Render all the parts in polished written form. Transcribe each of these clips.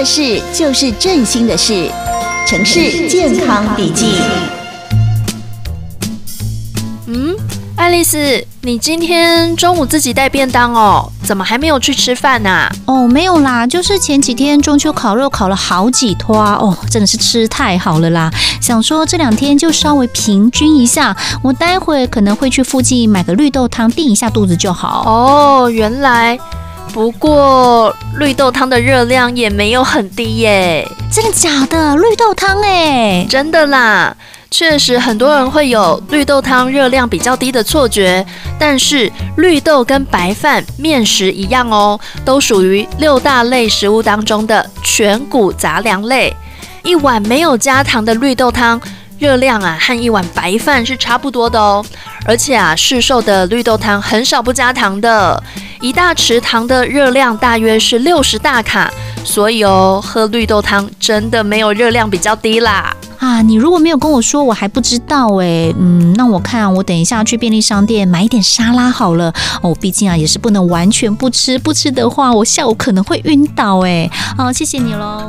的事就是振兴的事。城市健康笔记。 爱丽丝，你今天中午自己带便当哦？怎么还没有去吃饭啊？ 没有啦，就是前几天中秋烤肉烤了好几坨真的是吃太好了啦。想说这2天就稍微平均一下，我待会可能会去附近买个绿豆汤垫一下肚子就好。 原来。不过绿豆汤的热量也没有很低耶。 真的假的？绿豆汤耶？ 真的啦，确实很多人会有绿豆汤热量比较低的错觉，但是绿豆跟白饭、面食一样哦，都属于6大类食物当中的全谷杂粮类。一碗没有加糖的绿豆汤热量和一碗白饭是差不多的哦，而且市售的绿豆汤很少不加糖的，1大匙糖的热量大约是60大卡，所以喝绿豆汤真的没有热量比较低啦。 你如果没有跟我说，我还不知道耶。那我看我等一下去便利商店买一点沙拉好了。毕竟也是不能完全不吃，不吃的话我下午可能会晕倒耶。谢谢你咯。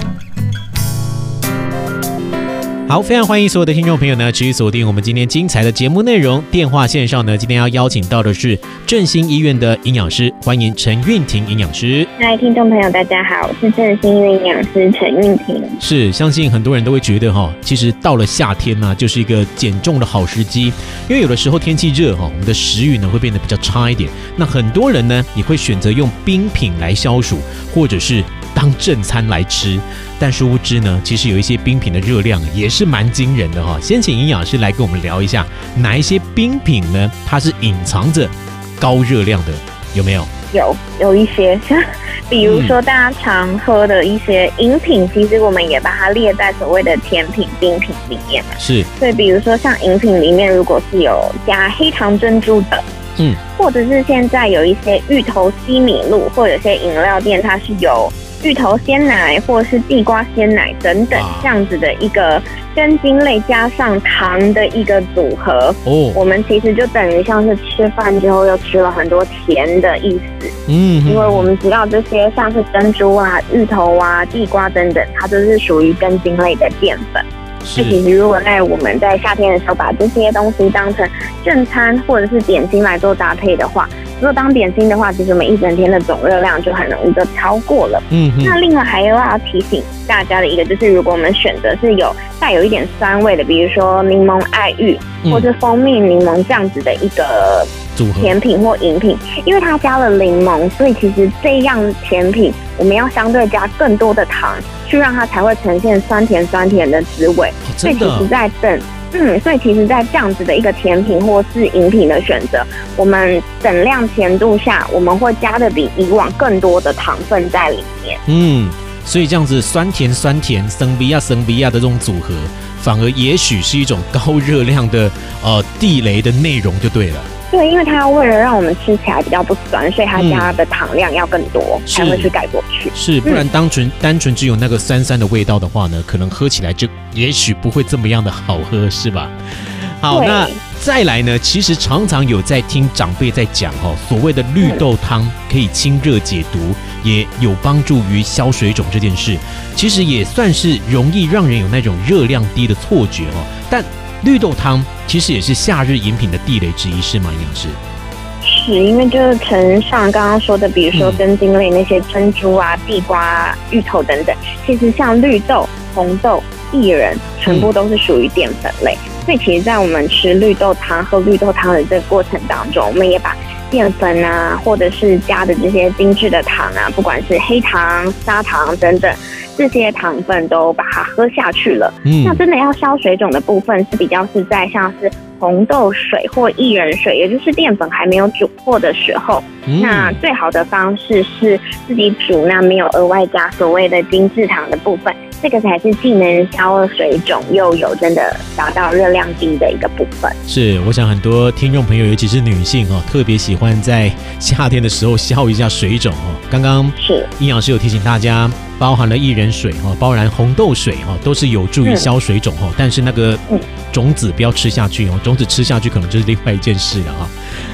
好，非常欢迎所有的听众朋友呢，持续锁定我们今天精彩的节目内容。电话线上呢，今天要邀请到的是振兴医院的营养师，欢迎陈韵婷营养师。 嗨，听众朋友大家好，我是振兴医院营养师陈韵婷。 是，相信很多人都会觉得其实到了夏天呢，就是一个减重的好时机，因为有的时候天气热我们的食欲呢会变得比较差一点。那很多人呢也会选择用冰品来消暑，或者是当正餐来吃。但殊不知呢，其实有一些冰品的热量也是蛮惊人的先请营养师来跟我们聊一下，哪一些冰品呢它是隐藏着高热量的，有没有？ 有一些，像比如说大家常喝的一些饮品，其实我们也把它列在所谓的甜品、冰品里面嘛。 是。 所以比如说像饮品里面，如果是有加黑糖珍珠的，或者是现在有一些芋头西米露，或者有些饮料店它是有芋头鲜奶或者是地瓜鲜奶等等这样子的一个根茎类加上糖的一个组合，我们其实就等于像是吃饭之后又吃了很多甜的意思。因为我们知道这些像是珍珠芋头地瓜等等，它都是属于根茎类的淀粉。所以其实如果我们在夏天的时候把这些东西当成正餐或者是点心来做搭配的话，如果当点心的话，其实我们一整天的总热量就很容易就超过了。那另外还要提醒大家的一个就是，如果我们选择是带有一点酸味的，比如说柠檬爱玉或是蜂蜜柠檬这样子的一个甜品或饮品，因为它加了柠檬，所以其实这样甜品我们要相对加更多的糖，去让它才会呈现酸甜的滋味。所以其实在这样子的一个甜品或是饮品的选择，我们等量甜度下，我们会加的比以往更多的糖分在里面。 所以这样子酸甜生比亚的这种组合，反而也许是一种高热量的地雷的内容就对了。 对，因为它为了让我们吃起来比较不酸，所以它加的糖量要更多，才会去盖过去。 是，不然单纯只有那个酸的味道的话呢，可能喝起来就也许不会这么样的好喝，是吧？好，那再来呢，其实常常有在听长辈在讲所谓的绿豆汤可以清热解毒，也有帮助于消水肿这件事，其实也算是容易让人有那种热量低的错觉但绿豆汤其实也是夏日饮品的地雷之一，是吗，营养师？ 是，因为就是承上刚刚说的，比如说根茎类那些珍珠地瓜、芋头等等，其实像绿豆、红豆、薏仁，全部都是属于淀粉类。所以其实在我们吃绿豆汤、喝绿豆汤的这个过程当中，我们也把淀粉或者是加的这些精致的糖不管是黑糖、砂糖等等，这些糖分都把它喝下去了。那真的要消水肿的部分是比较是在像是红豆水或薏仁水，也就是淀粉还没有煮过的时候，那最好的方式是自己煮，那没有额外加所谓的精制糖的部分，这个才是既能消水肿又有真的达到热量低的一个部分。 是，我想很多听众朋友，尤其是女性特别喜欢在夏天的时候消一下水肿刚刚营养师有提醒大家，包含了薏仁水包含红豆水都是有助于消水肿但是那个种子不要吃下去种子吃下去可能就是另外一件事了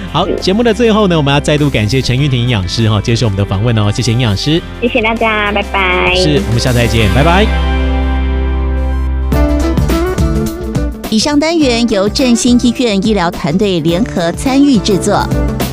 好，节目的最后呢，我们要再度感谢陈韵婷营养师接受我们的访问哦，谢谢营养师， 谢谢大家，拜拜。 是，我们下次再见，拜拜。 以上单元由振兴医院医疗团队联合参与制作。